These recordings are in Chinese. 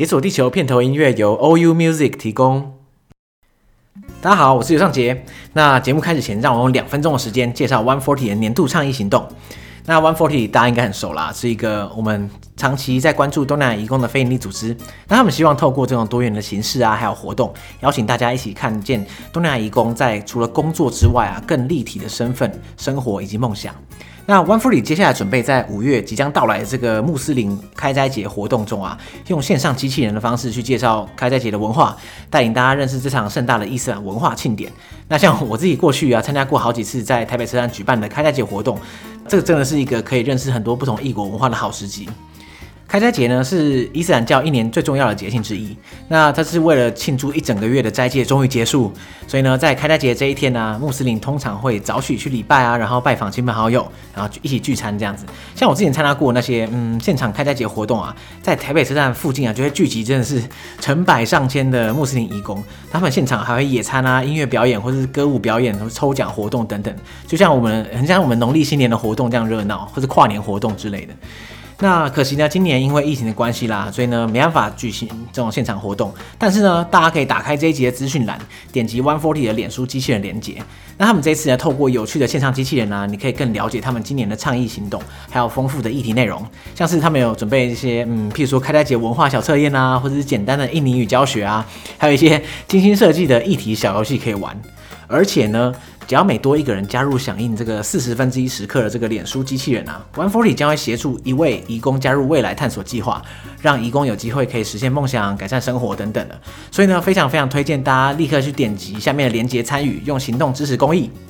解锁地球片头音乐由 OU Music 提供。大家好，我是尤尚杰。那节目开始前，让我用2分钟的时间介绍 One40 的年度倡议行动。那 One40 大家应该很熟啦，是一个我们长期在关注东南亚移工的非营利组织。那他们希望透过这种多元的形式啊，还有活动，邀请大家一起看见东南亚移工在除了工作之外啊，更立体的身份、生活以及梦想。那 One40 接下来准备在5月即将到来的这个穆斯林开斋节活动中啊，用线上机器人的方式去介绍开斋节的文化，带领大家认识这场盛大的伊斯兰文化庆典。那像我自己过去啊，参加过好几次在台北车站举办的开斋节活动，这个真的是一个可以认识很多不同异国文化的好时机。开斋节呢是伊斯兰教一年最重要的节庆之一，那它是为了庆祝一整个月的斋戒终于结束，所以呢，在开斋节这一天呢，穆斯林通常会早许去礼拜啊，然后拜访亲朋好友，然后一起聚餐这样子。像我之前参加过那些现场开斋节活动啊，在台北车站附近啊，就会聚集真的是成百上千的穆斯林移工，他们现场还会野餐啊、音乐表演或是歌舞表演、抽奖活动等等，就像很像我们农历新年的活动这样热闹，或是跨年活动之类的。那可惜呢，今年因为疫情的关系啦，所以呢没办法举行这种现场活动。但是呢，大家可以打开这一集的资讯栏，点击 One40 的脸书机器人连结。那他们这一次呢，透过有趣的线上机器人啊，你可以更了解他们今年的倡议行动，还有丰富的议题内容，像是他们有准备一些譬如说开斋节文化小测验啊，或者是简单的印尼语教学啊，还有一些精心设计的议题小游戏可以玩。而且呢，只要每多一个人加入响应这个1/40时刻的这个脸书机器人啊 ，One40 将会协助1位移工加入未来探索计划，让移工有机会可以实现梦想、改善生活等等的。所以呢，非常非常推荐大家立刻去点击下面的连结参与，用行动支持公益。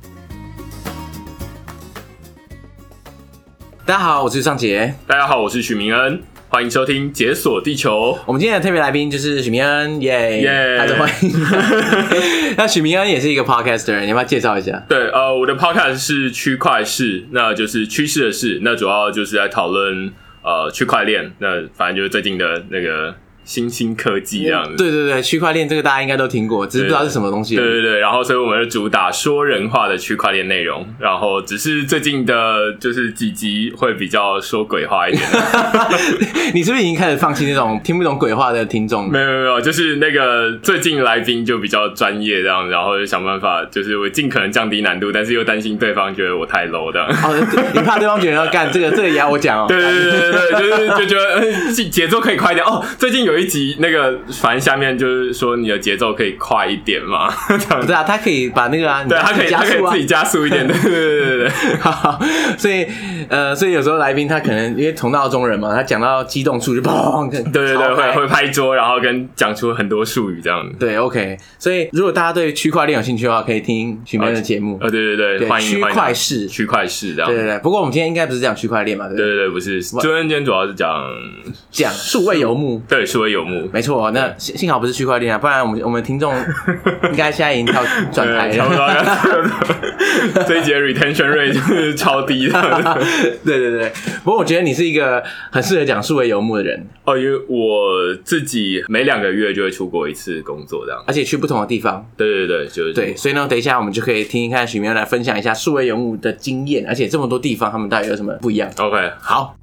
大家好，我是尚杰。 大家好，我是许明恩。欢迎收听《解锁地球》。 我们今天的特别来宾就是许明恩，耶！大家欢迎。那许明恩也是一个 podcaster， 你要不要介绍一下？ 对，我的 podcast 是区块市，那就是趋势的事，那主要就是在讨论区块链，那反正就是最近的那个新兴科技这样子。 对对对，区块链这个大家应该都听过，只是不知道是什么东西。 对对对，然后所以我们就主打说人话的区块链内容，然后只是最近的就是几集会比较说鬼话一点。 你是不是已经开始放弃那种听不懂鬼话的听众？ 没有，就是那个最近来宾就比较专业这样，然后就想办法，就是我尽可能降低难度，但是又担心对方觉得我太 low 这样。 你怕对方觉得要干这个也要我讲哦？ 对，就觉得节奏可以快一点哦。最近有一集那个，反正下面就是说你的节奏可以快一点嘛。 对啊，他可以把那个对，他可以自己加速一点。对。 好，所以有时候来宾他可能因为同道中人嘛，他讲到激动处就砰， 对，会拍桌，然后跟讲出很多术语这样。 对 ，OK。所以如果大家对区块链有兴趣的话，可以听许明恩的节目。 对，欢迎区块市这样。对。不过我们今天应该不是讲区块链嘛？ 对，不是。今天主要是讲数位游牧。 对，数位游牧， 没错。那幸好不是区块链啊，不然我们听众应该现在已经转台了。 这一节 retention rate 就是超低的。 对。不过我觉得你是一个很适合讲数位游牧的人哦，因为我自己每2个月就会出国一次工作这样， 而且去不同的地方。 对，就是对。所以呢，等一下我们就可以听一看许明恩来分享一下数位游牧的经验，而且这么多地方他们到底有什么不一样。 OK， 好。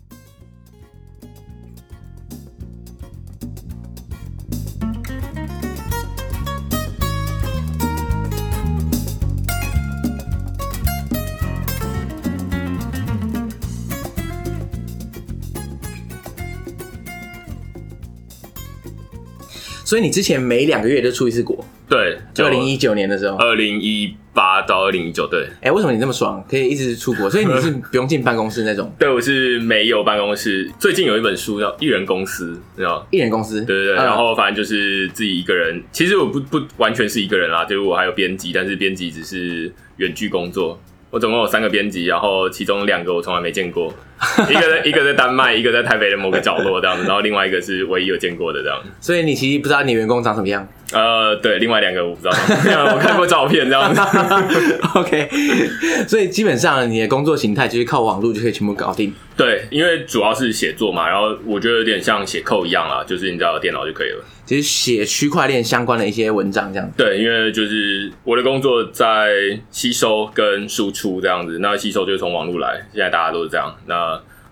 所以你之前每2个月就出一次国？ 对， 就2019年的时候 ，2018到2019，对。 为什么你那么爽，可以一直出国？所以你是不用进办公室那种？ 对，我是没有办公室。最近有一本书叫《艺人公司》，你知道？ 艺人公司， 对。然后反正就是自己一个人，其实我不完全是一个人啦，就是我还有编辑，但是编辑只是远距工作。我总共有3个编辑，然后其中2个我从来没见过，一个在丹麦，一个在台北的某个角落这样子，然后另外一个是唯一有见过的这样。 所以你其实不知道你员工长什么样？ 对，另外2个我不知道，我看过照片这样子。 OK， 所以基本上你的工作形态就是靠网络就可以全部搞定。 对，因为主要是写作嘛，然后我觉得有点像写code一样啦，就是你只要有电脑就可以了。 其实写区块链相关的一些文章这样子。 对，因为就是我的工作在吸收跟输出这样子，那吸收就是从网络来，现在大家都是这样。那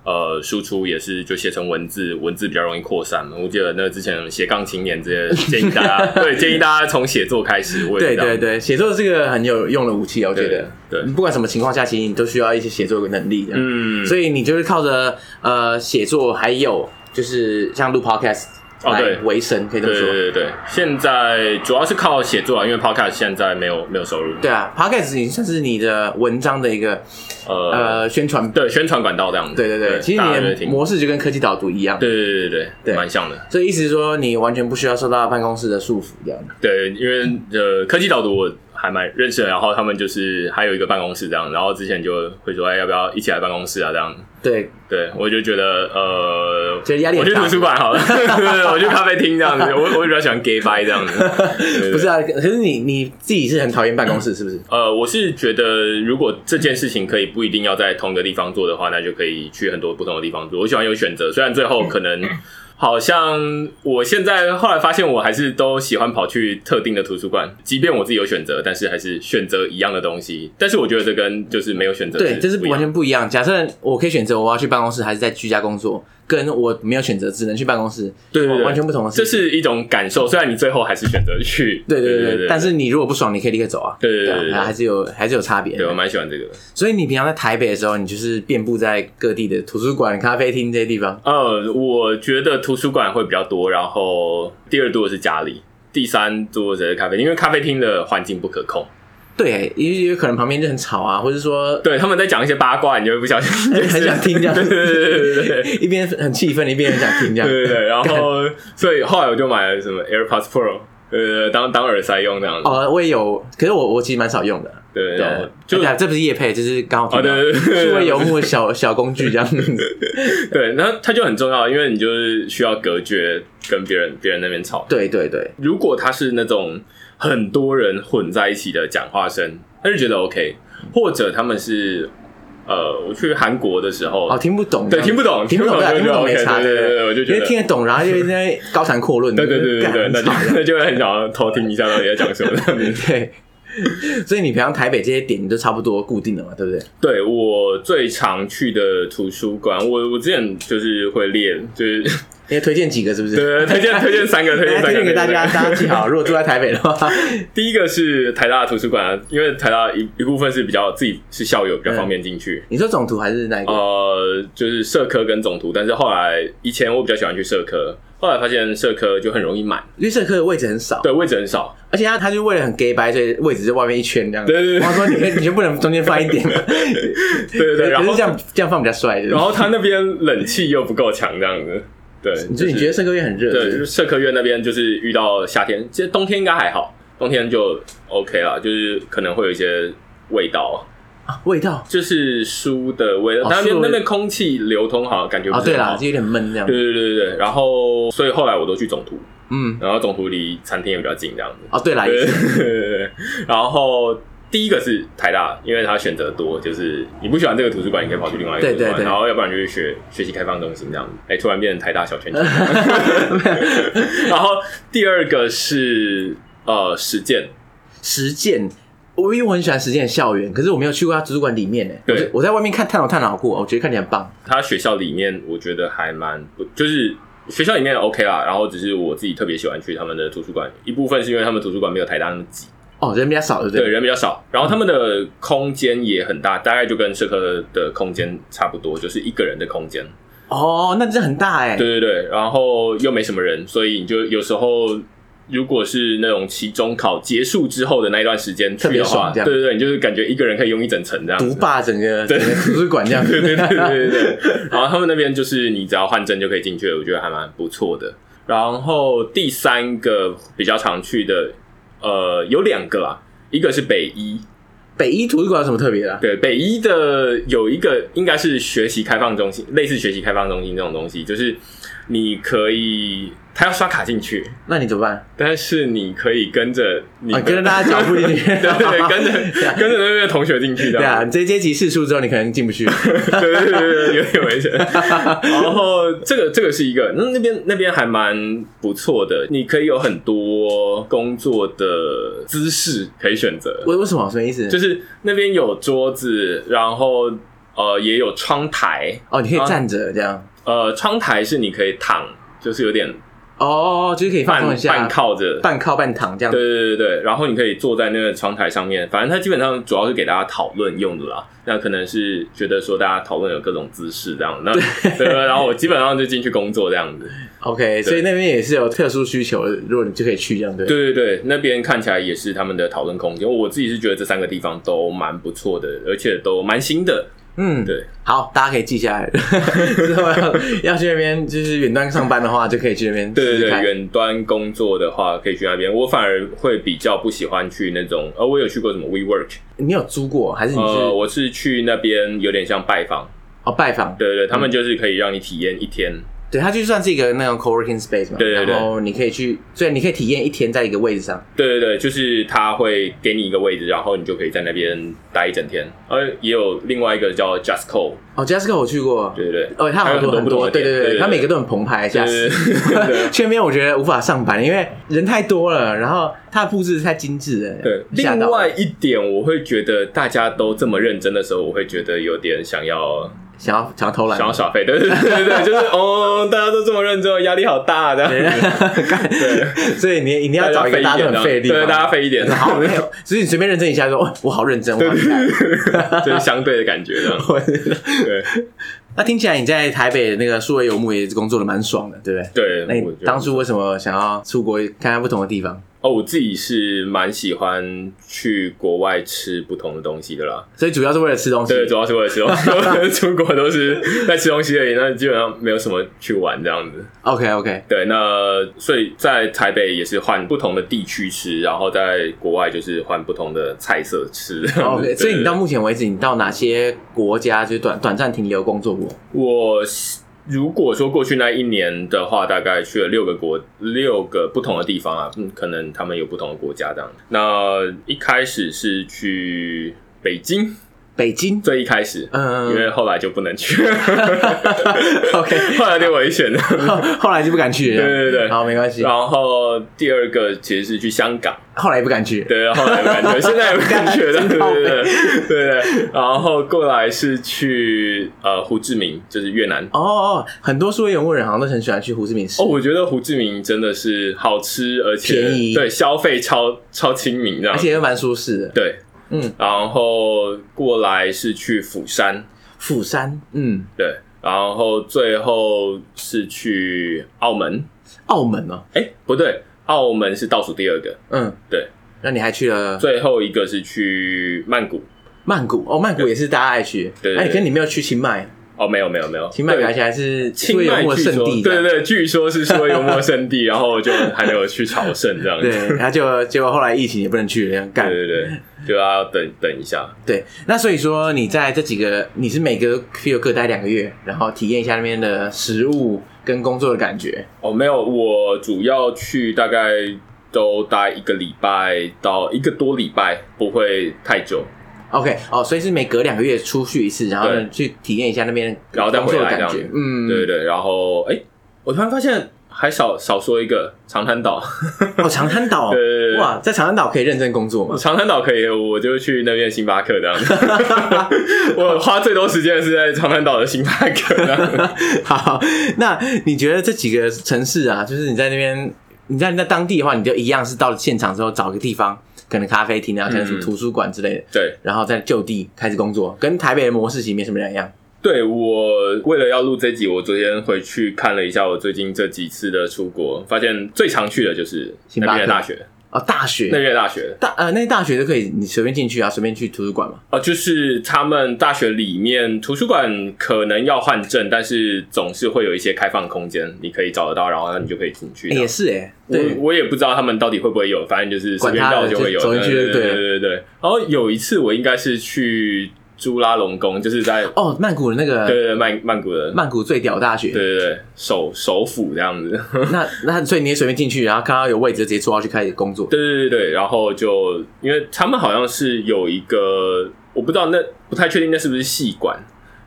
输出也是就写成文字比较容易扩散嘛。我记得那之前斜杠青年这些建议大家对建议大家从写作开始。 对对对，写作是个很有用的武器，我觉得。对，不管什么情况下，其实你都需要一些写作的能力的。所以你就是靠着写作，还有就是像录 podcast。来维生，可以这么说。 对，现在主要是靠写作啊，因为 podcast 现在没有收入。 对啊 ，podcast 已经算是你的文章的一个宣传， 对，宣传管道这样子。 对，其实你的模式就跟科技导读一样。 对，蛮像的。 所以意思是说，你完全不需要受到办公室的束缚，这样。 对，因为科技导读我还蛮认识的，然后他们就是还有一个办公室这样，然后之前就会说，要不要一起来办公室啊？这样。对，我就觉得觉得压力很大。 我去图书馆好了，我去咖啡厅这样子，我比较喜欢 gay bye 这样子。 不是啊，可是你自己是很讨厌办公室，是不是？ 我是觉得如果这件事情可以不一定要在同一个地方做的话，那就可以去很多不同的地方做。我喜欢有选择，虽然最后可能。好像我现在后来发现，我还是都喜欢跑去特定的图书馆，即便我自己有选择，但是还是选择一样的东西。但是我觉得这跟就是没有选择， 对，这是完全不一样。假设我可以选择我要去办公室还是在居家工作，跟我没有选择只能去办公室，对，完全不同的事情。 这是一种感受，虽然你最后还是选择去， 对，但是你如果不爽，你可以立刻走啊。对，还是有差别。 对，我蛮喜欢这个。 所以你平常在台北的时候，你就是遍布在各地的图书馆、咖啡厅这些地方。 我觉得图书馆会比较多，然后第二多的是家里，第三多的是咖啡厅，因为咖啡厅的环境不可控。 对，因为可能旁边就很吵啊，或者说对他们在讲一些八卦，你就会不小心很想听这样。对，一边很气愤，一边很想听这样。 对，然后所以后来我就买了什么 AirPods Pro，当耳塞用这样子。 我也有，可是我其实蛮少用的。对，这不是业配，就是刚好听到数位游牧小工具这样子。 对，然后它就很重要，因为你就是需要隔绝跟别人那边吵。对，如果它是那种很多人混在一起的讲话声，那就觉得 OK， 或者他们是。我去韩国的时候， 听不懂， 对，听不懂没差， 对，我就觉得因为听得懂，然后就在高谈阔论， 对，那就会很想要偷听一下到底在讲什么。 对，所以你平常台北这些点都差不多固定了嘛，对不对？ 对，我最常去的图书馆，我之前就是会列，就是因为推荐几个是不是？ 对，推荐3个， 推荐给大家记好。如果住在台北的话， 第一个是台大图书馆啊，因为台大一部分是比较自己是校友，比较方便进去。 你说总图还是哪一个？ 就是社科跟总图，但是后来以前我比较喜欢去社科，后来发现社科就很容易满， 因为社科的位置很少。 对，位置很少， 而且他就为了很 gay 白，所以位置在外面一圈这样。 对。 他说你就不能中间放一点。 对，然后这样放比较帅。 然后他那边冷气又不够强，这样子。对， 所以你觉得社科院很热？ 对，就是社科院那边就是遇到夏天，其实冬天应该还好，冬天就 OK 啦，就是可能会有一些味道啊，味道就是书的味道，那边空气流通好像感觉不是对啦，就有点闷这样。 对，然后所以后来我都去总图，然后总图离餐厅也比较近这样子。 对啦， 对，然后。第一个是台大，因为他选择多，就是你不喜欢这个图书馆，你可以跑去另外一个图书馆，然后要不然就去学习开放中心这样子。突然变成台大小圈圈。然后第二个是实践，因为我很喜欢实践的校园，可是我没有去过他图书馆里面诶。对，我在外面探讨过，我觉得看起来很棒。 他学校里面我觉得还蛮就是学校里面 OK 啦，然后只是我自己特别喜欢去他们的图书馆，一部分是因为他们图书馆没有台大那么挤。 人比较少，对不对？ 对，人比较少，然后他们的空间也很大，大概就跟社科的空间差不多，就是一个人的空间。 那这很大哎。 对，然后又没什么人，所以你就有时候如果是那种期中考结束之后的那一段时间去的话，对，你就是感觉一个人可以用一整层这样子， 独霸整个图书馆这样子。 对。然后他们那边就是你只要换证就可以进去了，我觉得还蛮不错的。然后第三个比较常去的。有2个啦，一个是北医图书馆有什么特别的？ 对，北医的有一个应该是学习开放中心，类似学习开放中心这种东西，就是你可以他要刷卡进去， 那你怎么办？ 但是你可以跟着跟着大家脚步进去， 对，跟着那边的同学进去的。 对啊，你这阶级试出之后，你可能进不去。 对，有点危险。然后这个是一个，那边还蛮不错的，你可以有很多工作的姿势可以选择。 为什么？什么意思？ 就是那边有桌子，然后也有窗台哦，你可以站着这样。 窗台是你可以躺，就是有点就是可以放松一下， 半靠着， 半靠半躺这样。 对，然后你可以坐在那个窗台上面，反正它基本上主要是给大家讨论用的啦。那可能是觉得说大家讨论有各种姿势这样，那对，然后我基本上就进去工作这样子。 OK， 所以那边也是有特殊需求的，如果你就可以去这样。 对，那边看起来也是他们的讨论空间。我自己是觉得这3个地方都蛮不错的，而且都蛮新的。对， 好，大家可以记下来。之后要去那边，就是远端上班的话，就可以去那边。 对，远端工作的话可以去那边。我反而会比较不喜欢去那种，我有去过什么 WeWork， 你有租过还是你是？ 我是去那边有点像拜访。 拜访。 对，他们就是可以让你体验1天。 对，它就算是一个那种 coworking space 嘛， 对， 然后你可以去，所以你可以体验1天在一个位置上。 对，就是他会给你一个位置，然后你就可以在那边待一整天。也有另外一个叫 Justco。 Justco 我去过。 对， 它很多，对，它每个都很澎湃，吓死。去那边我觉得无法上班，因为人太多了，然后它的布置太精致了。 对，另外一点我会觉得大家都这么认真的时候，我会觉得有点想要偷懒， 想要耍废，对，就是大家都这么认真，压力好大的。对， 所以你一定要找一个大家都很废的地方， 对，大家废一点。 好，所以你随便认真一下，说我好认真，我好厉害， 就是相对的感觉这样。对， 那听起来你在台北的那个数位游牧也工作的蛮爽的，对不对？ 对。 那你当初为什么想要出国看看不同的地方？ 我自己是蛮喜欢去国外吃不同的东西的啦， 所以主要是为了吃东西。 对，主要是为了吃东西。出国都是在吃东西而已，那基本上没有什么去玩这样子。 OK。 对，那所以在台北也是换不同的地区吃，然后在国外就是换不同的菜色吃。 OK， 所以你到目前为止，你到哪些国家就是短暂停留工作过？ 我如果说过去那1年的话，大概去了6个不同的地方啊，可能他们有不同的国家这样。那一开始是去北京，最一开始，因为后来就不能去。 OK， 后来有点危险， 后来就不敢去了。 对， 好，没关系。 然后第2个其实是去香港， 后来也不敢去。 对，后来也不敢去，现在也不敢去了。对。然后过来是去胡志明，就是越南。 很多数位游牧人好像都很喜欢去胡志明市。 我觉得胡志明真的是好吃，而且便宜， 对，消费超亲民这样， 而且又蛮舒适的。 对。然后过来是去釜山，对，然后最后是去澳门哦，不对，澳门是倒数第2个，对， 那你还去了？ 最后一个是去曼谷， 曼谷也是大家爱去，对，可是你没有去清迈。 没有， 清迈看起来是清迈游牧圣地， 对，据说是说游牧圣地，然后就还没有去朝圣这样子， 对，然后结果后来疫情也不能去了，这样干， 对，就要等一下， 对，那所以说你在这几个，你是每个 field 各待2个月，然后体验一下那边的食物跟工作的感觉。 没有，我主要去大概都待1个礼拜到1个多礼拜，不会太久。 OK， 所以是每隔2个月出去一次，然后去体验一下那边然后再回来的感觉。 对，然后我突然发现还少说一个长滩岛。 长滩岛， 对， 哇，在长滩岛可以认真工作吗？ 长滩岛可以，我就去那边星巴克这样子。我花最多时间的是在长滩岛的星巴克这样。 好，那你觉得这几个城市啊，就是你在那边，你在当地的话，你就一样是到了现场之后找个地方。可能咖啡厅啊，可能什么图书馆之类的， 对， 然后在就地开始工作，跟台北的模式其实没什么两样。 对，我为了要录这集，我昨天回去看了一下我最近这几次的出国，发现最常去的就是那边的大学。 大学那边的大学那些大学都可以，你随便进去啊，随便去图书馆嘛。 就是他们大学里面图书馆可能要换证，但是总是会有一些开放空间，你可以找得到，然后你就可以进去。 也是对，我也不知道他们到底会不会有，反正就是随便到就会有。 走进去就对。 然后有一次我应该是去朱拉隆功，就是在曼谷的那个， 对，曼谷的曼谷最屌大学， 对，首府这样子。 那所以你也随便进去，然后看到有位置就直接坐下去开始工作。 对，然后就因为他们好像是有一个，我不知道不太确定那是不是系馆，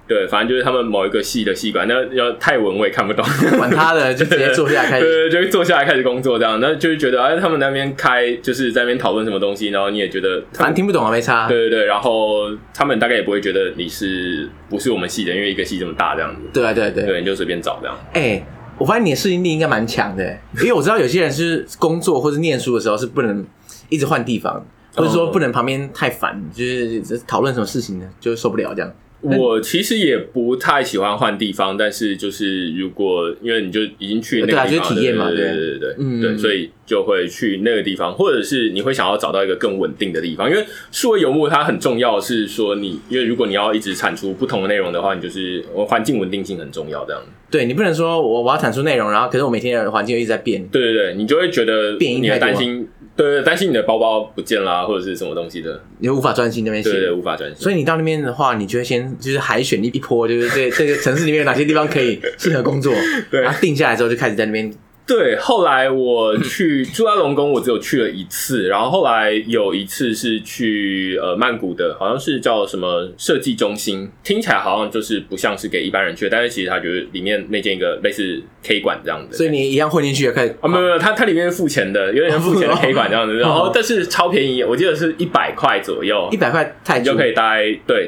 对，反正就是他们某一个系的系馆，那要泰文我也看不懂， 管他的，就直接坐下来开始， 对，就坐下来开始工作这样，那就是觉得他们那边就是在那边讨论什么东西，然后你也觉得反正听不懂啊，没差。 对对对，然后他们大概也不会觉得你不是我们系的，因为一个系这么大这样子。 对啊，对对， 对，你就随便找这样。 我发现你的适应力应该蛮强的，因为我知道有些人是工作或是念书的时候是不能一直换地方，或者说不能旁边太烦，就是讨论什么事情呢，就受不了这样。 我其实也不太喜欢换地方，但是就是如果因为你就已经去那个地方， 对啊，就是体验嘛， 对，所以就会去那个地方，或者是你会想要找到一个更稳定的地方，因为数位游牧它很重要的是说因为如果你要一直产出不同的内容的话，你就是环境稳定性很重要这样。 对，你不能说我要产出内容，然后可是我每天的环境又一直在变。 对对对，你就会觉得你的担心，对，担心你的包包不见啦，或者是什么东西的， 你无法专心那边写， 对，无法专心。 所以你到那边的话，你就会先就是海选一波，就是这个城市里面有哪些地方可以适合工作，对，然后定下来之后就开始在那边。 对，后来我去住在龙宫，我只有去了一次，然后后来有一次是去曼谷的，好像是叫什么设计中心，听起来好像就是不像是给一般人去的，但是其实它就是里面那间一个类似 K 馆这样的， 所以你一样混进去开始没有，它里面是付钱的，有点像付钱的 K 馆这样子，然后但是超便宜，我记得是100块左右 ，100块泰铢你就可以待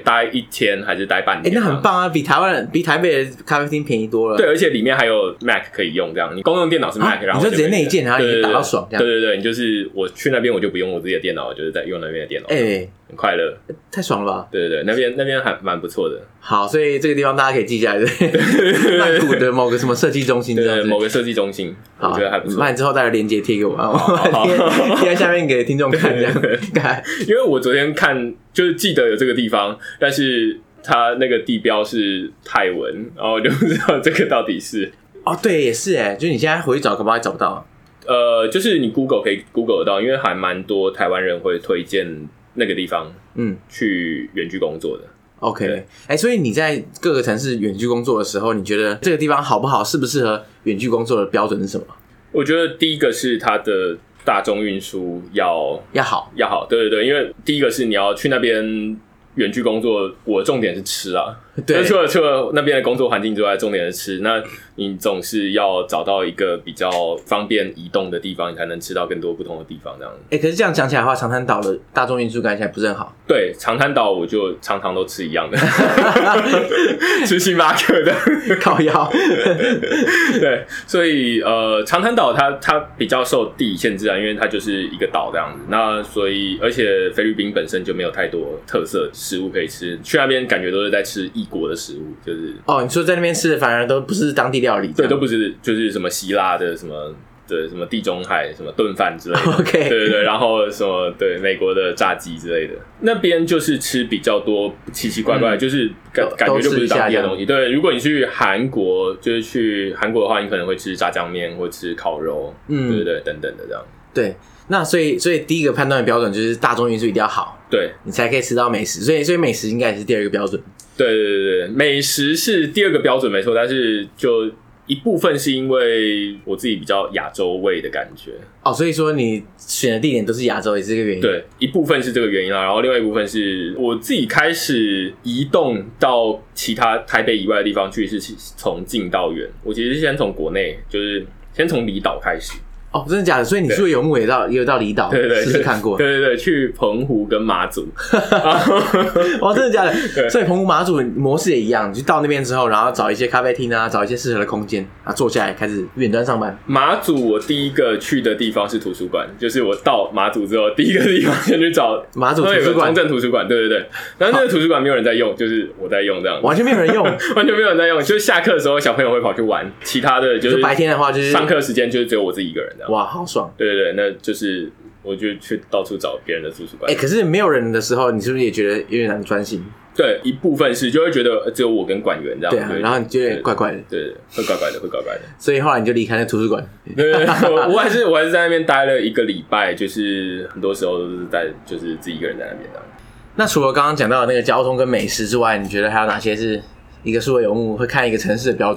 1天还是待半天， 那很棒啊，比台北的咖啡厅便宜多了。 对，而且里面还有 Mac 可以用，这样你公用电脑是 Mac，然后你就直接内建，然后你打到爽这样。 对对对，你就是我去那边我就不用我自己的电脑，就是在用那边的电脑，很快乐， 太爽了吧？ 对对对，那边还蛮不错的。 好，所以这个地方大家可以记下来，对，曼谷的某个什么设计中心， 对，某个设计中心，我觉得还不错。 那你之后带个链接贴给我，我贴在下面给听众看，这样。 因为我昨天看就是记得有这个地方，但是它那个地标是泰文，然后我就不知道这个到底是。 对，也是就是你现在回去找，可能还找不到。 就是你 Google 可以 Google 得到，因为还蛮多台湾人会推荐那个地方，去远距工作的。 OK， 所以你在各个城市远距工作的时候，你觉得这个地方好不好，适不适合远距工作的标准是什么？ 我觉得第一个是它的大众运输要好，对对对，因为第一个是你要去那边远距工作，我的重点是吃啊。对，除了那边的工作环境之外，重点是吃。那你总是要找到一个比较方便移动的地方，你才能吃到更多不同的地方。这样子。 可是这样讲起来的话，长滩岛的大众运输感觉起来不是很好。 对，长滩岛我就常常都吃一样的，吃星巴克的靠腰。 对，所以长滩岛它比较受地理限制啊，因为它就是一个岛这样子。那所以而且菲律宾本身就没有太多特色食物可以吃，去那边感觉都是在吃异国的食物，就是你说在那边吃的反而都不是当地料理， 对，都不是，就是什么希腊的什么地中海什么炖饭之类的 ，OK， 对对对，然后什么对美国的炸鸡之类的，那边就是吃比较多奇奇怪怪，就是感觉就不是当地的东西。对，如果你去韩国，就是去韩国的话，你可能会吃炸酱面或吃烤肉，对对对，等等的这样。 对，那所以第一个判断的标准就是大众运输一定要好， 对， 你才可以吃到美食。所以美食应该也是第二个标准。 对对对对，美食是第二个标准没错，但是就一部分是因为我自己比较亚洲味的感觉。 所以说你选的地点都是亚洲，也是这个原因。 对，一部分是这个原因啦，然后另外一部分是我自己开始移动到其他台北以外的地方去，是从近到远。我其实是先从国内，就是先从离岛开始。 真的假的？所以你说游牧也有到离岛， 对对， 试试看过。 对对对，去澎湖跟马祖。 真的假的？所以澎湖马祖模式也一样，你就到那边之后，然后找一些咖啡厅啊，找一些适合的空间啊，坐下来开始远端上班。 马祖我第一个去的地方是图书馆，就是我到马祖之后第一个地方先去找马祖图书馆， 中正图书馆。对对对，然后那个图书馆没有人在用，就是我在用这样， 完全没有人用， 完全没有人在用。就是下课的时候，小朋友会跑去玩，其他的就是白天的话就是上课时间就是只有我自己一个人这样。 哇，好爽！ 对对对，那就是我就去到处找别人的图书馆。 可是没有人的时候，你是不是也觉得有点难专心？ 对，一部分是就会觉得只有我跟馆员这样。 对啊，然后你就有点怪怪的。 对，会怪怪的，会怪怪的。 所以后来你就离开那图书馆。 对，我还是在那边待了1个礼拜，就是很多时候都是就是自己一个人在那边的。 那除了刚刚讲到的那个交通跟美食之外，你觉得还有哪些是一个数位游牧会看一个城市的标准？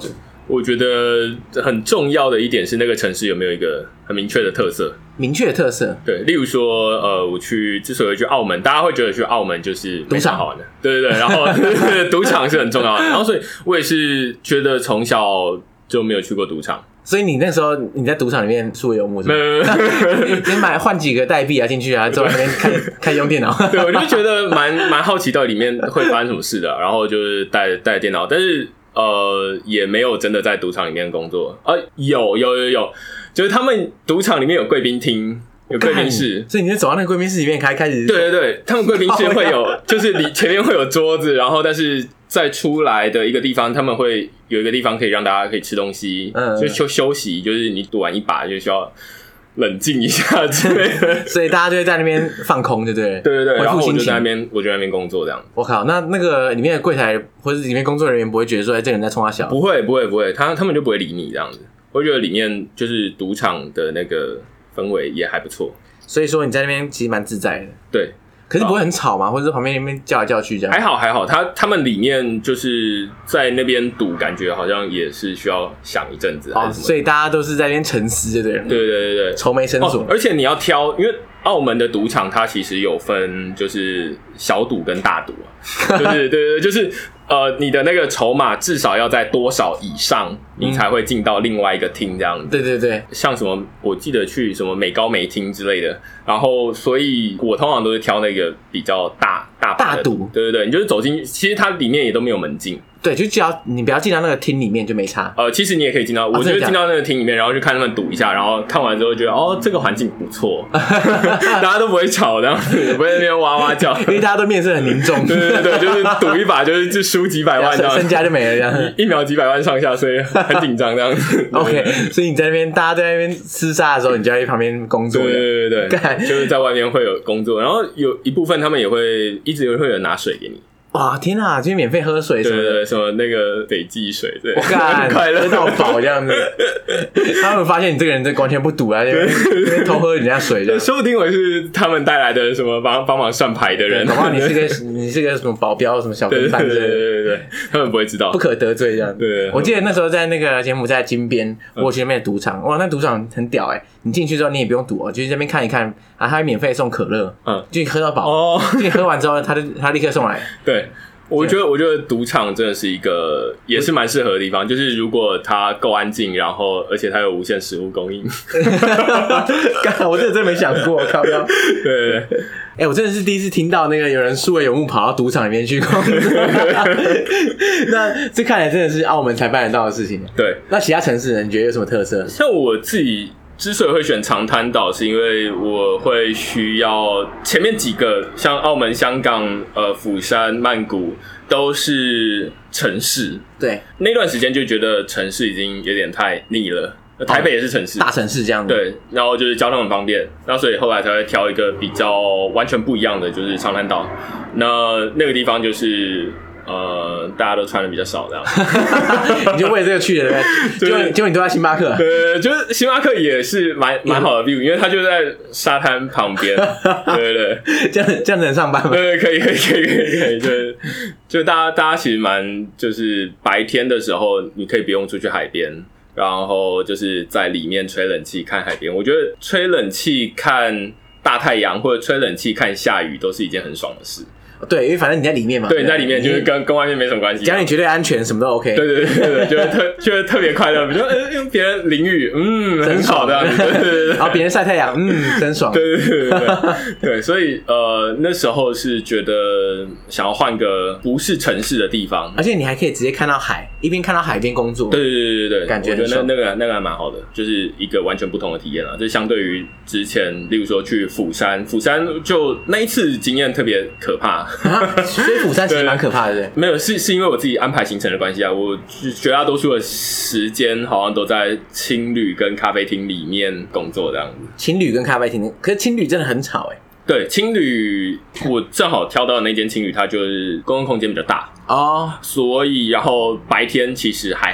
我觉得很重要的一点是那个城市有没有一个很明确的特色。 明确的特色， 对，例如说，我之所以去澳门，大家会觉得去澳门就是没啥好玩的，对对对，然后赌场是很重要的，然后所以我也是觉得从小就没有去过赌场。 所以你那时候你在赌场里面数位游牧是吗？你换几个代币啊进去啊，坐在那边看用电脑。 对，我就觉得蛮好奇到底里面会发生什么事的，然后就是带电脑，但是也没有真的在赌场里面工作。有，就是他们赌场里面有贵宾厅。有贵宾室， 所以你就走到那个贵宾室里面开始。 对对对，他们贵宾室会有，就是你前面会有桌子，然后但是再出来的一个地方，他们会有一个地方可以让大家可以吃东西，就休息，就是你赌完一把就需要冷静一下之类的， 所以大家就会在那边放空，对不对？ 对对对，然后我就在那边工作这样。 我靠，那个里面的柜台或者里面工作人员不会觉得说，这个人在冲他笑？ 不会，他们就不会理你这样子。我觉得里面就是赌场的那个氛围也还不错， 所以说你在那边其实蛮自在的。 对， 可是不会很吵吗？或者是旁边那边叫来叫去这样？ 还好，他们里面就是在那边赌，感觉好像也是需要想一阵子， 所以大家都是在那边沉思，对不对？ 对， 愁眉深锁。 而且你要挑，因为澳门的赌场它其实有分，就是小赌跟大赌就是对，就是你的那个筹码至少要在多少以上，你才会进到另外一个厅这样子。 对， 像什么我记得去什么美高梅厅之类的，然后所以我通常都是挑那个比较大赌。 对，你就是走进，其实它里面也都没有门禁。 对，就只要你不要进到那个厅里面就没差。 其实你也可以进到，我觉得进到那个厅里面，然后去看他们赌一下，然后看完之后觉得这个环境不错，大家都不会吵，这样子不会在那边哇哇叫， 因为大家都面色很凝重。 对，就是赌一把就输几百万这样， 身家就没了这样， 一秒几百万上下，所以很紧张这样子。 OK， 所以你在那边，大家在那边厮杀的时候，你就在旁边工作。 对，就是在外面会有工作，然后有一部分他们也会一直会有人拿水给你。 哇，天哪！今天免费喝水什么的， 对，什么那个北极水，对， 我干， 快乐喝到饱这样子。他们发现你这个人完全不赌啊，就偷喝人家水这样。 说不定我是他们带来的什么帮忙算牌的人， 恐怕你是个什么保镖，什么小跟班之类的。 对，他们不会知道， 不可得罪这样。 对， 我记得那时候在那个柬埔寨金边，我去那边的赌场，哇，那赌场很屌你进去之后你也不用赌就是这边看一看啊，他会免费送可乐，就喝到饱就你喝完之后他立刻送来。 对。我觉得赌场真的是一个也是蛮适合的地方，就是如果它够安静，然后而且它有无限食物供应。 我真的没想过，靠腰。 对， 我真的是第一次听到那个有人数位游牧跑到赌场里面去工作。那这看来真的是澳门才办得到的事情。 对， 那其他城市呢？你觉得有什么特色？ 像我自己之所以会选长滩岛，是因为我会需要前面几个，像澳门、香港、釜山、曼谷都是城市。 对， 那段时间就觉得城市已经有点太腻了。台北也是城市， 大城市这样子。 对，然后就是交通很方便，然后所以后来才会挑一个比较完全不一样的，就是长滩岛。那个地方就是大家都穿的比较少这样。 你就为了这个去的，对不对？结果你都在星巴克。 对，就是星巴克也是蛮好的 view，因为它就在沙滩旁边。对， 这样能上班吗？ 对，可以。就大家其实就是白天的时候，你可以不用出去海边。然后就是在里面吹冷气看海边，我觉得吹冷气看大太阳或者吹冷气看下雨都是一件很爽的事。 对，因为反正你在里面嘛。 对，你在里面就是跟外面没什么关系。 只要你绝对安全，什么都 OK。 对，就会特别快乐。比如说，用别人淋雨，很好这样子。对。 然后别人晒太阳，真爽。 对，所以那时候是觉得想要换个不是城市的地方， 而且你还可以直接看到海，一边看到海边工作。 对， 感觉我觉得那个还蛮好的，就是一个完全不同的体验啦。就相对于之前，例如说去釜山就那一次经验特别可怕。 所以釜山其实蛮可怕的，对？ 没有，是因为我自己安排行程的关系啊。我绝大多数的时间好像都在青旅跟咖啡厅里面工作这样子。 青旅跟咖啡厅，可是青旅真的很吵对，青旅我正好挑到的那间青旅，它就是公共空间比较大所以然后白天其实还好。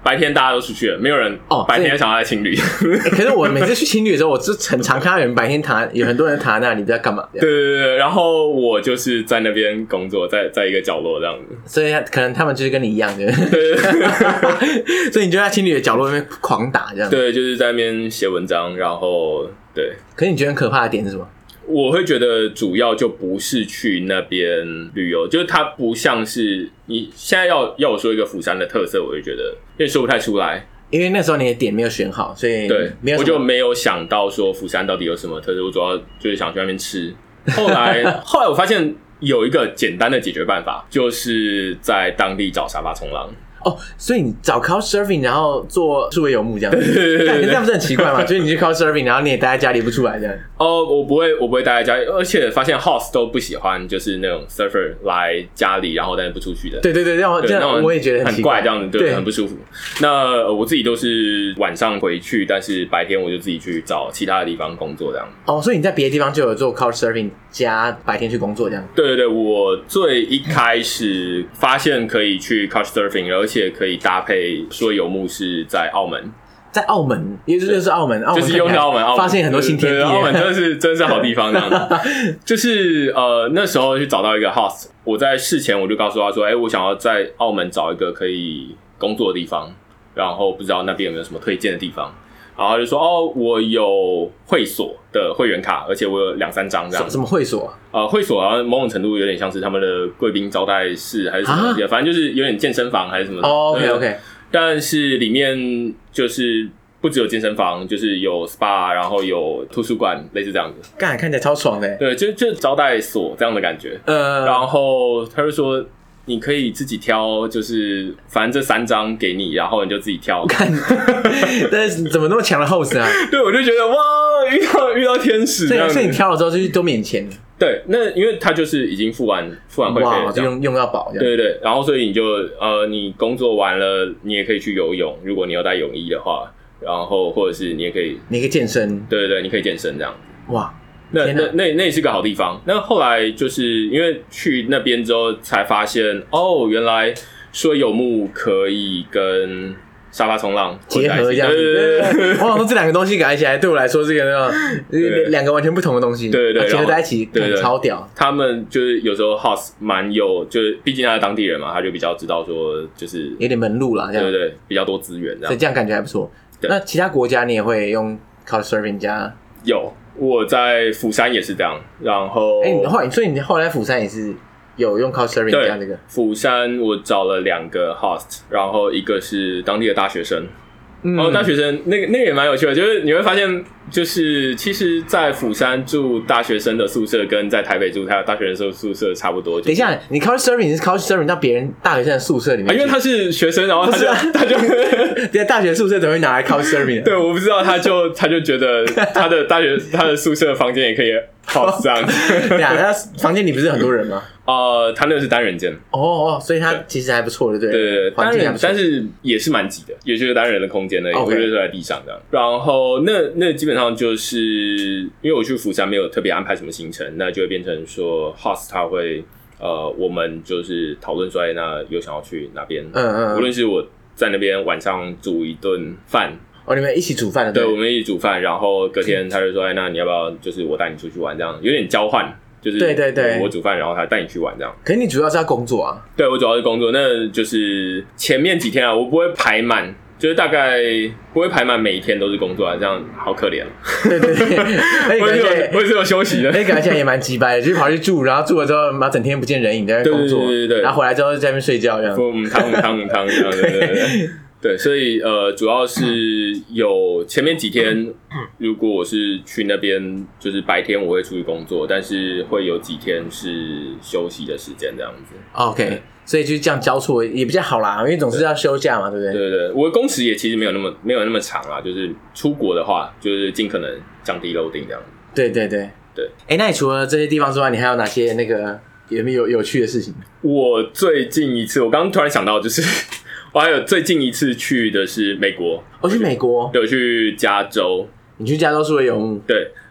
白天大家都出去了，没有人白天想要来青旅。 可是我每次去青旅的时候，我就很常看到有人白天有很多人躺在那里，不知道干嘛。 对，然后我就是在那边工作，在一个角落这样子。 所以可能他们就是跟你一样的。对。所以你就在青旅的角落那边狂打这样。 对，就是在那边写文章，然后对。 可是你觉得很可怕的点是什么？ 我会觉得主要就不是去那边旅游，就是它不像是你现在要我说一个釜山的特色，我就觉得有点说不太出来， 因为那时候你的点没有选好，所以对，我就没有想到说釜山到底有什么特色，我主要就是想去那边吃。后来我发现有一个简单的解决办法，就是在当地找沙发冲浪。 哦，所以你找 Couchsurfing 然后做数位游牧这样子，但这样不是很奇怪吗？就是你去 Couchsurfing， 然后你也待在家里不出来这样。 哦，我不会待在家里，而且发现 host 都不喜欢就是那种 surfer 来家里然后但是不出去的。 对，这样我也觉得很怪，这样子对，很不舒服。那我自己都是晚上回去，但是白天我就自己去找其他的地方工作这样。 哦，所以你在别的地方就有做 Couchsurfing 加白天去工作这样。 对，我最一开始发现可以去 Couchsurfing， 而且可以搭配说游牧是在澳门。 在澳门，也就是澳门， 就是用澳门， 发现很多新天地。 澳门真是好地方，这样子。就是那时候去找到一个 host， 我在事前我就告诉他说，我想要在澳门找一个可以工作的地方，然后不知道那边有没有什么推荐的地方。然后他就说，我有会所的会员卡，而且我有2-3张这样。 什么会所？ 会所好像某种程度有点像是他们的贵宾招待室还是什么东西，反正就是有点健身房还是什么的。 OK。 但是里面就是不只有健身房，就是有 SPA， 然后有图书馆，类似这样子。 看起来超爽的。对， 就招待所这样的感觉。然后他就说你可以自己挑，就是反正这3张给你，然后你就自己挑。 但是怎么那么强的 host 啊？ 对，我就觉得哇，遇到天使这样子。 所以你挑了之后就是都免钱。 对，那因为他就是已经付完会费了， 就用到饱。 对，然后所以你就你工作完了，你也可以去游泳，如果你要带泳衣的话，然后或者是你也可以健身。对， 你可以健身这样。 哇， 那也是个好地方。那后来就是因为去那边之后才发现，原来说游牧可以跟沙发冲浪结合这样子。对，我想说这2个东西改起来对我来说是个2个完全不同的东西。对，结合在一起，超屌。 他们就是有时候 host 蛮有，就是毕竟他是当地人嘛，他就比较知道说就是有点门路啦，这样。 对，比较多资源这样。 所以这样感觉还不错。那其他国家你也会用 Couchsurfing 加？ 有，我在釜山也是这样，然后所以你后来釜山也是有用 Couchsurfing 这样。这个釜山我找了2个 host， 然后一个是当地的大学生。大学生那个也蛮有趣的，就是你会发现，就是其实，在釜山住大学生的宿舍跟在台北住大学生的宿舍差不多。 等一下，你 Couchsurfing 是 Couchsurfing 到别人大学生的宿舍里面， 因为他是学生，然后他就在大学宿舍怎么会拿来 Couchsurfing？ 对，我不知道，他就觉得他的宿舍房间也可以 host 这样。 对啊，那房间里不是很多人吗？ 他那个是单人间。 所以他其实还不错的，对， 单人，但是也是蛮挤的，也就是单人的空间而已，我就坐在地上这样。然后那基本上就是因为我去釜山没有特别安排什么行程，那就会变成说 host 他会我们就是讨论说，那有想要去哪边？无论是我在那边晚上煮一顿饭。 你们一起煮饭的？ 对，我们一起煮饭，然后隔天他就说，那你要不要就是我带你出去玩这样，有点交换。就是对，我煮饭，然后他带你去玩这样。 可是你主要是要工作啊？对， 我主要是工作。那就是前面几天啊，我不会排满，就是大概不会排满每一天都是工作啊，这样好可怜。对，我也是有休息的。 感觉起来也蛮鸡掰的，就是跑去住，然后住了之后，整天不见人影在那工作， 对， 然后回来之后在那边睡觉这样。 汤这样，对。对，所以主要是有前面几天，如果我是去那边，就是白天我会出去工作，但是会有几天是休息的时间这样子。 OK， 所以就这样交错也比较好啦，因为总是要休假嘛，对不对？ 对，我的工时也其实没有那么长啦，就是出国的话，就是尽可能降低 loading 这样。对。 那你除了这些地方之外，你还有哪些那个有没有有趣的事情？ 我最近一次，我刚刚突然想到就是。我还有最近一次去的是美国。 去美国？ 对，我去加州。 你去加州是为游牧？ 对，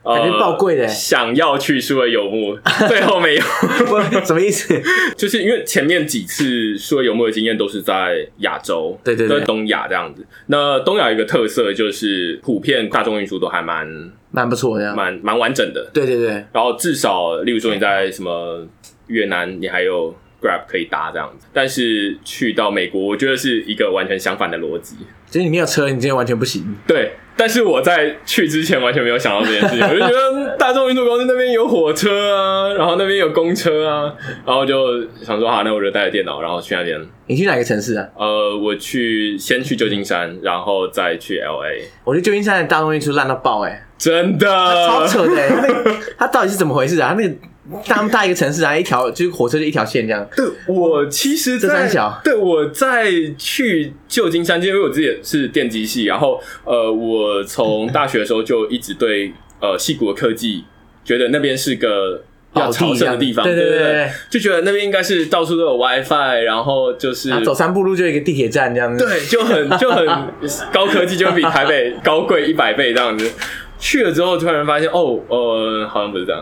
感觉爆贵的， 想要去数位游牧，最后没有。 什么意思？ 就是因为前面几次数位游牧的经验都是在亚洲， 对， 在东亚这样子。那东亚有一个特色就是普遍大众运输都还蛮不错的， 蛮完整的。对。然后至少，例如说你在什么越南，你还有 Grab 可以搭这样子。但是去到美国，我觉得是一个完全相反的逻辑。 就是你没有车，你今天完全不行。 对，但是我在去之前完全没有想到这件事情，我就觉得大众运输公司那边有火车啊，然后那边有公车啊，然后就想说好，那我就带着电脑，然后去那边。 你去哪个城市啊？ 我先去旧金山，然后再去 LA。 我觉得旧金山的大众运输烂到爆真的， 超扯的它到底是怎么回事啊？它那个那么大一个城市啊，一条就是火车就一条线这样。 对，我其实我在去旧金山，因为我自己也是电机系，然后我从大学的时候就一直对矽谷的科技觉得那边是个要朝圣的地方，对，就觉得那边应该是到处都有 WiFi， 然后就是走3步路就有一个地铁站这样子， 对，就很高科技，就会比台北高贵100倍这样子。去了之后突然发现好像不是这样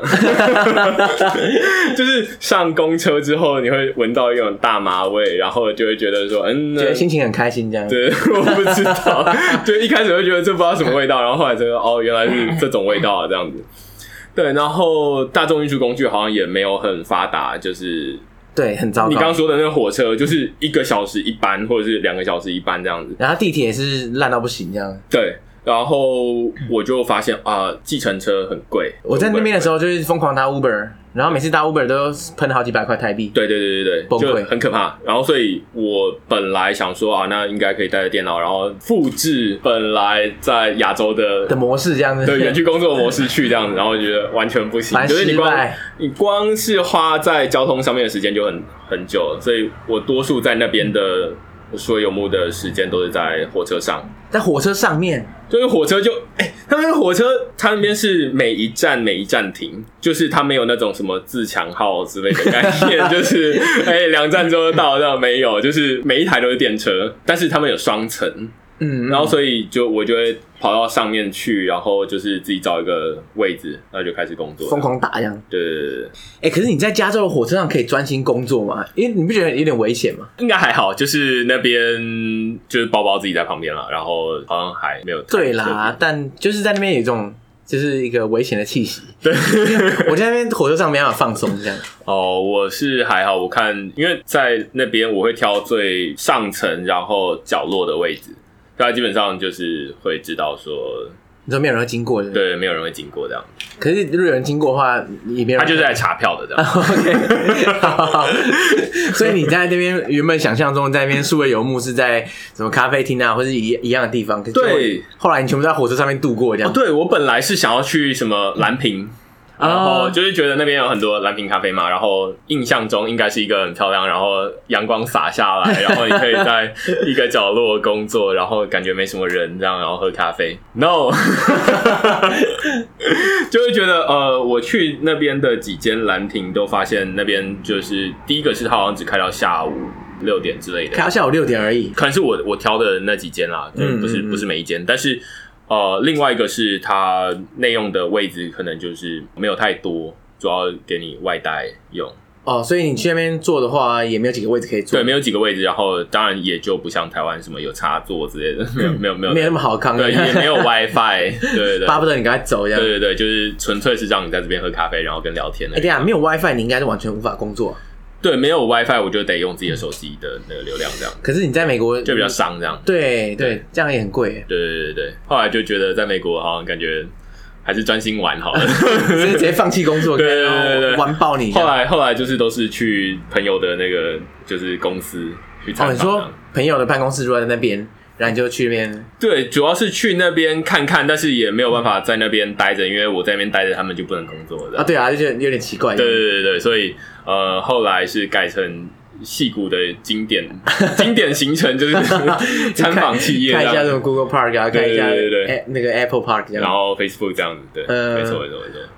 就是上公车之后你会闻到一种大麻味，然后就会觉得说觉得心情很开心这样。 对，我不知道就一开始会觉得这不知道什么味道，然后后来这个原来是这种味道啊这样子。对，然后大众运输工具好像也没有很发达，就是对，很糟糕。 你刚刚说的那个火车就是1个小时一班或者是2个小时一班这样子， 然后地铁也是烂到不行这样。 对，然后我就发现计程车很贵。 我在那边的时候就是疯狂搭 Uber， 然后每次搭 Uber 都喷了好几百块台币。 对，就很可怕。然后所以我本来想说那应该可以带着电脑，然后复制本来在亚洲的模式这样子， 对，远距工作模式去这样子，然后觉得完全不行，就是你光是花在交通上面的时间就很久了，所以我多数在那边的数位游牧的时间都是在火车上。 在火车上面， 就是火车他们火车，他那边是每一站停，就是他没有那种什么自强号之类的概念，就是2站之后到，这样没有，就是每一台都是电车，但是他们有双层。然后所以我就会跑到上面去，然后就是自己找一个位置，然后就开始工作， 疯狂打这样。 对。 可是你在加州的火车上可以专心工作吗？因为你不觉得有点危险吗？ 应该还好，就是那边就是包包自己在旁边啦，然后好像还没有。 对啦，但就是在那边有一种就是一个危险的气息。对，我在那边火车上没办法放松这样。 我是还好，我看因为在那边我会挑最上层然后角落的位置。大家基本上就是会知道说， 你说没有人会经过的， 对，没有人会经过这样。 可是如果有人经过的话，也没有人， 他就是来查票的这样。 OK， 好。所以你在那边原本想象中在那边数位游牧是在什么咖啡厅啊，或是一样的地方？ 对， 后来你全部在火车上面度过这样。 对，我本来是想要去什么蓝屏。然后就是觉得那边有很多蓝瓶咖啡嘛，然后印象中应该是一个很漂亮，然后阳光洒下来，然后你可以在一个角落工作，然后感觉没什么人这样，然后喝咖啡。No， 就会觉得我去那边的几间蓝亭都发现那边就是第一个是它好像只开到下午6点之类的， 开到下午6点而已， 可能是我挑的那几间啦，就不是每一间，但是。另外一个是它内用的位置可能就是没有太多，主要给你外带用。 所以你去那边坐的话也没有几个位置可以坐。 对，没有几个位置，然后当然也就不像台湾什么有插座之类的，没有那么好康， 对，也没有 WiFi， 对， 巴不得你赶快走这样。 对，就是纯粹是让你在这边喝咖啡，然后跟聊天。 对啊，没有 WiFi 你应该是完全无法工作。 对，没有 WiFi 我就得用自己的手机的那个流量这样。 可是你在美国就比较伤这样。 对，这样也很贵。 对，后来就觉得在美国好像感觉还是专心玩好了， 直接放弃工作， 对， 玩爆你。 后来就是都是去朋友的那个就是公司去参访。 你说朋友的办公室如果在那边，然后你就去那边。 对，主要是去那边看看，但是也没有办法在那边待着，因为我在那边待着，他们就不能工作的。 对啊，就觉得有点奇怪。 对，所以后来是改成矽谷的经典行程，就是参访企业， 看一下什么 Google Park 啊，看一下对那个 Apple Park， 然后 Facebook 这样子，对，没错。 哇，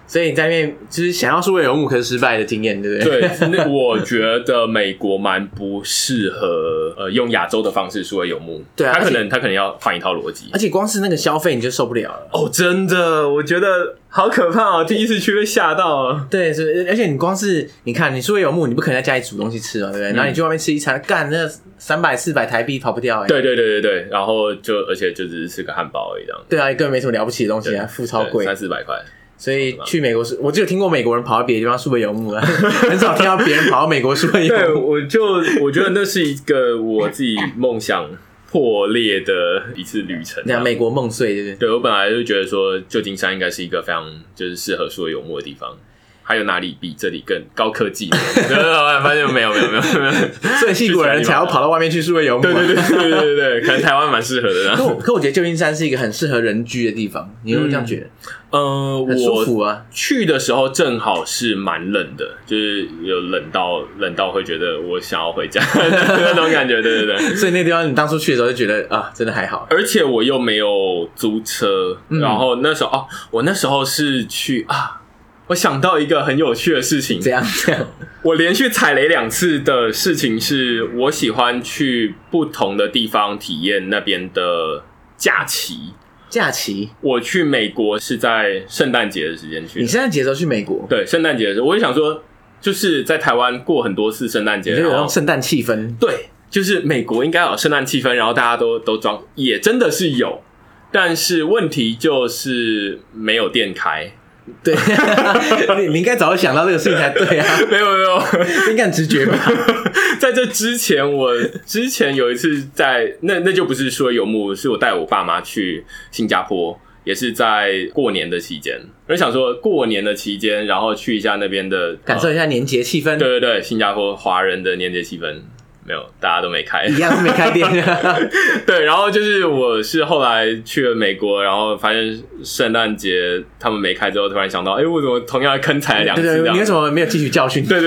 所以你在那边就是想要数位游牧，可是失败的经验，对不对？ 对，那我觉得美国蛮不适合用亚洲的方式数位游牧， 对啊， 他可能要换一套逻辑， 而且光是那个消费你就受不了了。 哦，真的，我觉得好可怕哦！第一次去被吓到了。 对，而且你光是你看，你数位游牧，你不可能在家里煮东西吃嘛，对不对？然后你去外面吃一餐，干那300、400台币跑不掉对，然后而且就只是吃个汉堡而已这样。 对啊，根本没什么了不起的东西啊，付超贵 ，300-400块。 所以去美国我只有听过美国人跑到别的地方数位游牧啊，很少听到别人跑到美国数位游牧。 对，我觉得那是一个我自己梦想破裂的一次旅程。 那美国梦碎，对不对？ 对，我本来就觉得说旧金山应该是一个非常就是适合数位游牧的地方。还有哪里比这里更高科技？发现没有， 所以矽谷人才要跑到外面去数位游牧。 对，可能台湾蛮适合的。 可我觉得旧金山是一个很适合人居的地方，你有没有这样觉得？很舒服啊。 去的时候正好是蛮冷的，就是有冷到会觉得我想要回家那种感觉。对。 所以那地方你当初去的时候就觉得啊，真的还好。 而且我又没有租车，然后那时候我那时候是去我想到一个很有趣的事情， 这样， 我连续踩雷2次的事情是，我喜欢去不同的地方体验那边的假期。我去美国是在圣诞节的时间去的。 你圣诞节的时候去美国？ 对，圣诞节的时候，我就想说，就是在台湾过很多次圣诞节， 就有那种圣诞气氛。 对，就是美国应该有圣诞气氛，然后大家都装，也真的是有，但是问题就是没有店开。 对，你应该早就想到这个事情才对啊。 没有， 应该很直觉吧？ 在这之前，我之前有一次在那就不是说游牧，是我带我爸妈去新加坡，也是在过年的期间。我就想说过年的期间，然后去一下那边的， 感受一下年节气氛。 对，新加坡华人的年节气氛。没有，大家都没开， 一样是没开店。 对，然后就是我是后来去了美国，然后发现圣诞节他们没开之后，突然想到，我怎么同样坑踩了2次这样？ 对，你为什么没有汲取教训？ 对，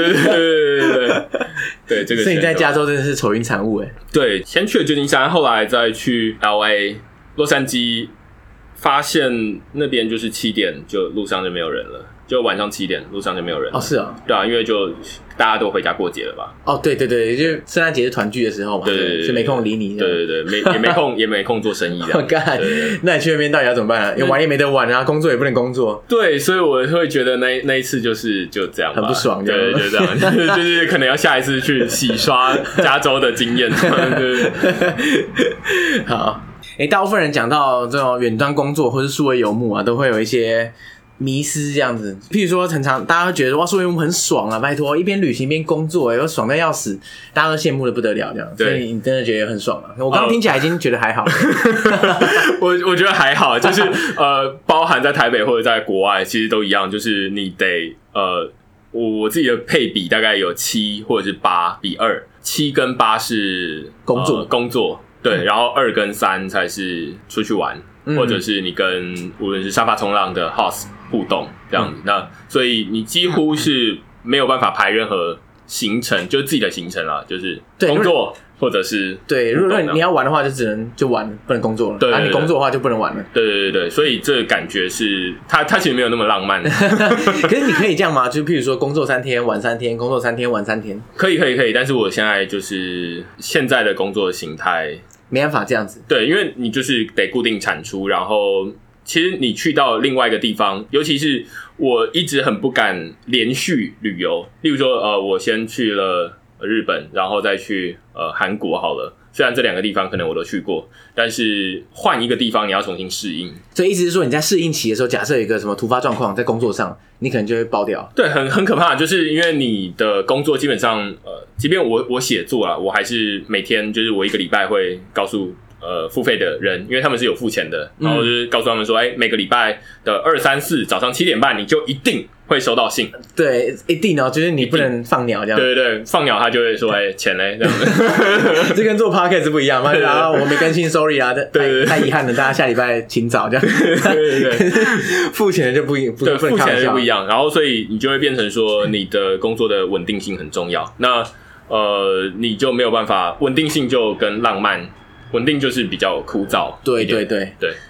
这个。 所以你在加州真的是愁云惨雾对，先去了旧金山，后来再去 LA 洛杉矶，发现那边就是7点就路上就没有人了。就晚上7点，路上就没有人了。 是啊， 对啊，因为就大家都回家过节了吧？ 对，就圣诞节是团聚的时候嘛， 对， 就没空理你。 对，也没空做生意的。 那你去那边到底要怎么办啊？玩也没得玩啊，工作也不能工作。 对，所以我会觉得那一次就这样吧， 很不爽。 对，就这样，就是可能要下一次去洗刷加州的经验。对。 好，大部分人讲到这种远端工作或是数位游牧都会有一些迷思这样子，譬如说很常大家会觉得哇，数位游牧很爽啊，拜托，一边旅行一边工作，又爽得要死，大家都羡慕的不得了这样。所以你真的觉得很爽啊？我刚刚听起来已经觉得还好。 我觉得还好，就是包含在台北或者在国外，其实都一样，就是你得我自己的配比大概有7或者是8比2，7跟8是工作，对，然后2跟3才是出去玩。或者是你跟无论是沙发冲浪的 host 互动这样子，那所以你几乎是没有办法排任何行程，就是自己的行程啦，就是工作或者是对。如果你要玩的话，就只能就玩，不能工作了。对，你工作的话就不能玩了。 对，所以这个感觉是它其实没有那么浪漫。 可是你可以这样吗？就譬如说工作3天玩3天，工作3天玩3天。 可以，但是我现在就是现在的工作形态。 没办法这样子， 对，因为你就是得固定产出，然后其实你去到另外一个地方，尤其是我一直很不敢连续旅游，例如说我先去了日本，然后再去韩国好了。虽然这2个地方可能我都去过，但是换一个地方你要重新适应。 所以意思是说你在适应期的时候，假设有一个什么突发状况在工作上，你可能就会爆掉。 对，很可怕，就是因为你的工作基本上即便我写作啦，我还是每天就是我1个礼拜会告诉付费的人，因为他们是有付钱的，然后就是告诉他们说，每个礼拜的2、3、4早上7点半你就一定会收到信。对， 一定就是你不能放鸟这样。 对，放鸟他就会说钱嘞这样子。 这跟做 podcast 不一样嘛，然后我没更新 sorry 啊，对，太遗憾了，大家下礼拜请早这样。对，付钱的就不对，付钱的就不一样，然后所以你就会变成说你的工作的稳定性很重要，那你就没有办法，稳定性就跟浪漫。稳定就是比较枯燥， 对，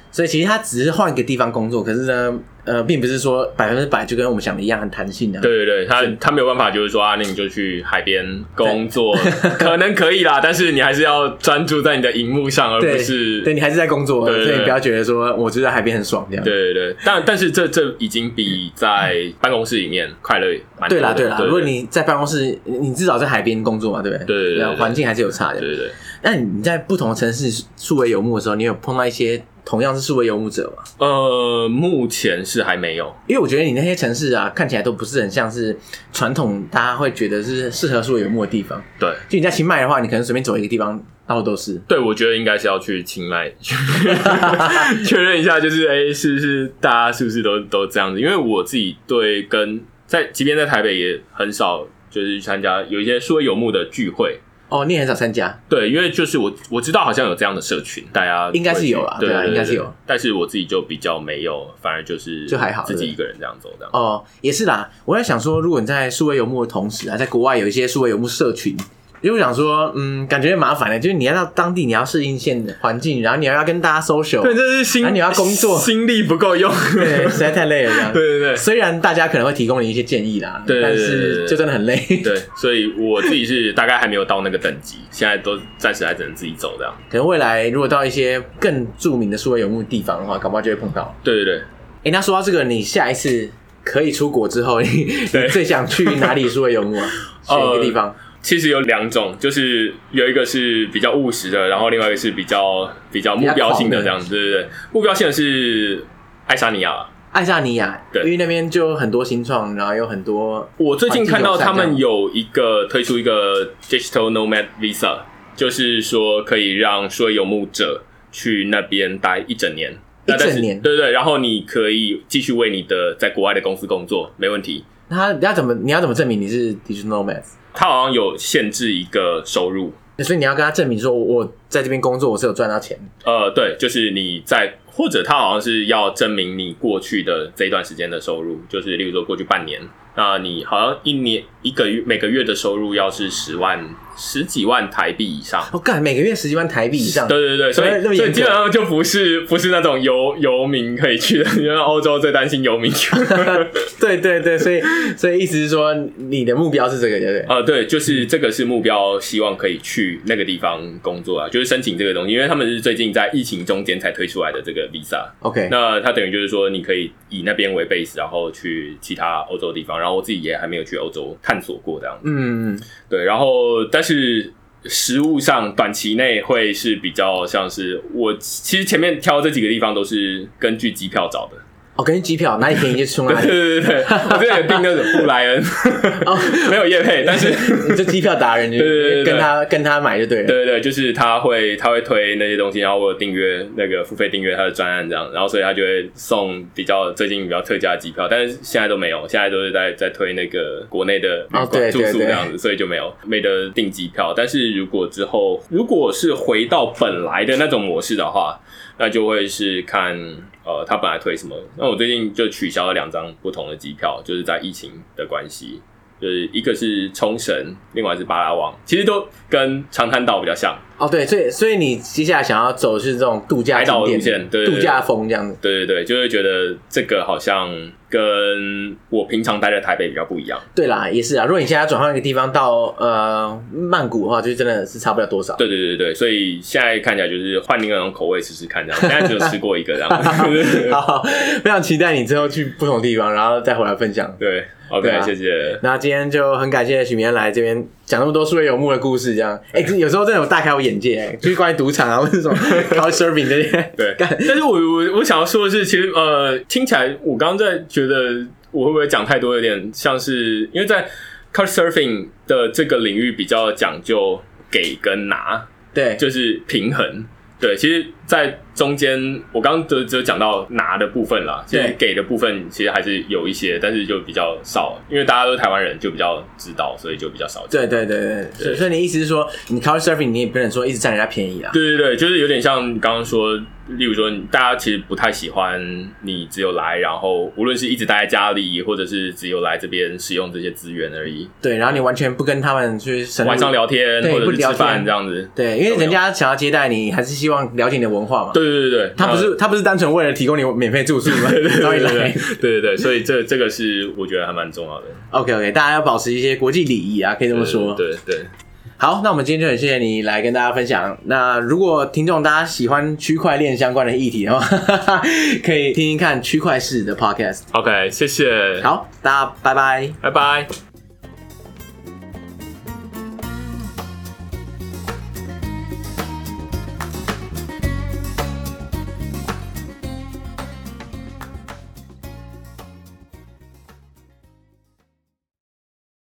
所以其实他只是换一个地方工作，可是呢，并不是说100%就跟我们想的一样很弹性的。 对对对，他没有办法，就是说啊，那你就去海边工作，可能可以啦，但是你还是要专注在你的荧幕上，而不是对你还是在工作， 对对对， 所以你不要觉得说我就在海边很爽这样。 对对对，但是这已经比在办公室里面快乐蛮多的。 对啦，如果你在办公室，你至少在海边工作嘛，对不对？ 对对对， 环境还是有差的。 对对对。 那你在不同的城市数位游牧的时候，你有碰到一些同样是数位游牧者吗？ 目前是还没有， 因为我觉得你那些城市啊，看起来都不是很像是传统大家会觉得是适合数位游牧的地方。 对， 就你在清迈的话，你可能随便走一个地方，到处都是。 对，我觉得应该是要去清迈确认一下，就是是大家是不是都这样子？因为我自己对即便在台北也很少就是去参加有一些数位游牧的聚会。 哦，你也很少参加？ 对，因为就是我知道好像有这样的社群，大家应该是有啦，对啊，应该是有。 但是我自己就比较没有，反而就还好， 自己一个人这样走这样。 哦，也是啦。我在想说，如果你在数位游牧的同时啊，在国外有一些数位游牧社群。因为我想说，感觉麻烦的，就是你要到当地，你要适应现的环境，然后你要跟大家 social， 对，这是然后你要工作， 心力不够用， 对，实在太累了这样。 对对对， 虽然大家可能会提供你一些建议啦， 对， 但是就真的很累。 对，所以我自己是大概还没有到那个等级，现在都暂时还只能自己走这样。 可能未来如果到一些更著名的数位游牧地方的话，搞不好就会碰到。 对对对， 那说到这个，你下一次可以出国之后，你最想去哪里数位游牧啊？选一个地方。 其实有2种，就是有一个是比较务实的，然后另外一个是比较目标性的这样子，对对对。目标性的是爱沙尼亚， 对，因为那边就很多新创，然后有很多。 我最近看到他们有推出一个 Digital Nomad Visa， 就是说可以让数位游牧者去那边待1整年。 1整年， 对对，然后你可以继续为你的在国外的公司工作，没问题。 你要怎么证明你是 Digital Nomad？ 他好像有限制一个收入， 所以你要跟他证明说我在这边工作我是有赚到钱。 对，就是你或者他好像是要证明你过去的这一段时间的收入，就是例如说过去半年，那你好像每个月的收入要是十几万台币以上。 每个月10几万台币以上。 对对对，所以基本上就不是那种游民可以去的，因为欧洲最担心游民。 对对对，所以意思是说你的目标是这个，对不对？ 对，就是这个是目标，希望可以去那个地方工作啊，就是申请这个东西，因为他们是最近在疫情中间才推出来的这个 Visa。OK， 那它等于就是说你可以以那边为 base， 然后去其他欧洲地方，然后我自己也还没有去欧洲探索过这样。对，然后但是实务上短期内会是比较像是我其实前面挑这几个地方都是根据机票找的。 根据机票哪里便宜就去哪里。 对，我之前有订那种布莱恩，没有业配，但是你就机票达人，对，跟他买就对了。 对对，就是他会推那些东西，然后我有订阅那个付费订阅他的专案这样，然后所以他就会送最近比较特价的机票，但是现在都没有，现在都是在推那个国内的旅馆住宿这样子，所以就没得订机票。但是如果之后是回到本来的那种模式的话，那就会是看他本来推什么。那我最近就取消了2张不同的机票，就是在疫情的关系，就是一个是冲绳，另外是巴拉望，其实都跟长滩岛比较像。对， 所以你接下来想要走的是这种度假景点路线，对，度假风这样子。 对对对，就会觉得这个好像跟我平常待在台北比较不一样。 对啦，也是啊。如果你现在转换一个地方到曼谷的话，就真的是差不了多少。 对对对对，所以现在看起来就是换另外一种口味试试看这样。现在只有吃过一个这样。 好，非常期待你之后去不同地方，然后再回来分享。 对。OK， 谢谢。 那今天就很感谢许明恩来这边讲那么多数位游牧的故事，这样，有时候真的有大开我眼界，就是关于赌场啊，或者这种 Couchsurfing 这些。 对，但是我想要说的是，其实听起来我刚刚在觉得我会不会讲太多，有点像是因为在 Couchsurfing 的这个领域比较讲究给跟拿， 对， 就是平衡。对，其实在中间我刚刚只有讲到拿的部分啦，其实给的部分其实还是有一些，但是就比较少，因为大家都是台湾人，就比较知道，所以就比较少。 对对对对，所以你意思是说，你 Couchsurfing 你也不能说一直占人家便宜啦。 对对对，就是有点像你刚刚说例如说，大家其实不太喜欢你只有来，然后无论是一直待在家里，或者是只有来这边使用这些资源而已。 对，然后你完全不跟他们去晚上聊天，或者是吃饭这样子。 对，因为人家想要接待你，还是希望了解你的文化嘛。 对， 他不是单纯为了提供你免费住宿嘛，找你来。 对，所以这个是我觉得还蛮重要的。 OK， 大家要保持一些国际礼仪啊，可以这么说。 对。 好，那我们今天就很谢谢你来跟大家分享。那如果听众大家喜欢区块链相关的议题的话，可以听听看区块市的 podcast。 OK， 谢谢。 好，大家拜拜， 拜拜。